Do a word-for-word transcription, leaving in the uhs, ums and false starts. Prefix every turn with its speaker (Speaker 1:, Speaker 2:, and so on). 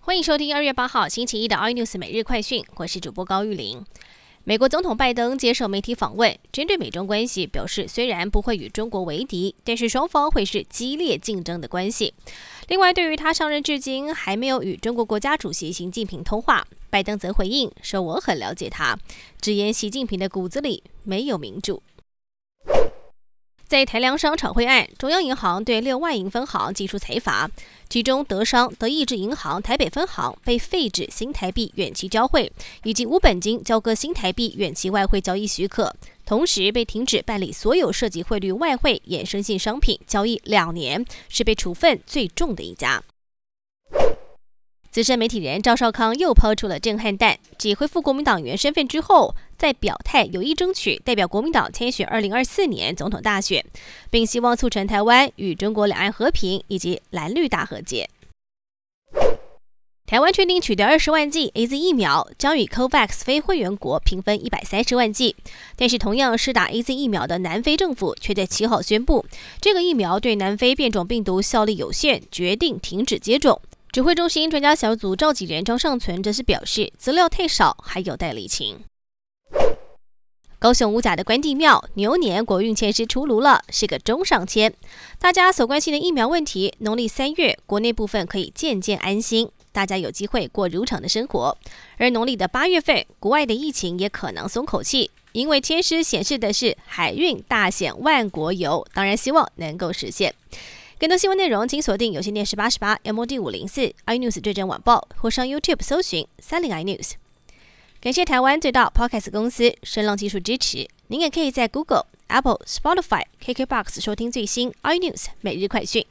Speaker 1: 欢迎收听二月八号星期一的 iNews 每日快讯，我是主播高玉玲。美国总统拜登接受媒体访问，针对美中关系表示，虽然不会与中国为敌，但是双方会是激烈竞争的关系。另外，对于他上任至今还没有与中国国家主席习近平通话，拜登则回应说：“我很了解他，直言习近平的骨子里没有民主。”在台粮商炒汇案，中央银行对六外银分行寄出裁罚，其中德商德意志银行台北分行被废止新台币远期交汇，以及无本金交割新台币远期外汇交易许可，同时被停止办理所有涉及汇率外汇衍生性商品交易两年，是被处分最重的一家。资深媒体人赵少康又抛出了震撼弹，继恢复国民党员身份之后，在表态有意争取代表国民党参选二零二四年总统大选，并希望促成台湾与中国两岸和平以及蓝绿大和解。台湾确定取得二十万剂 A Z 疫苗，将与 COVAX 非会员国平分一百三十万剂。但是同样施打 A Z 疫苗的南非政府却在七号宣布，这个疫苗对南非变种病毒效力有限，决定停止接种。指挥中心专家小组召集人张尚存则是表示，资料太少，还有待厘清。高雄五甲的关帝庙牛年国运签诗出炉了，是个中上签。大家所关心的疫苗问题，农历三月国内部分可以渐渐安心，大家有机会过如常的生活。而农历的八月份，国外的疫情也可能松口气，因为签诗显示的是海运大显万国游，当然希望能够实现。更多新闻内容，请锁定有线电视八十八 M O D 五零四 iNews 对阵晚报，或上 YouTube 搜寻三零 iNews。感谢台湾最大 Podcast 公司声浪技术支持。您也可以在 Google、Apple、Spotify、K K B O X 收听最新 iNews 每日快讯。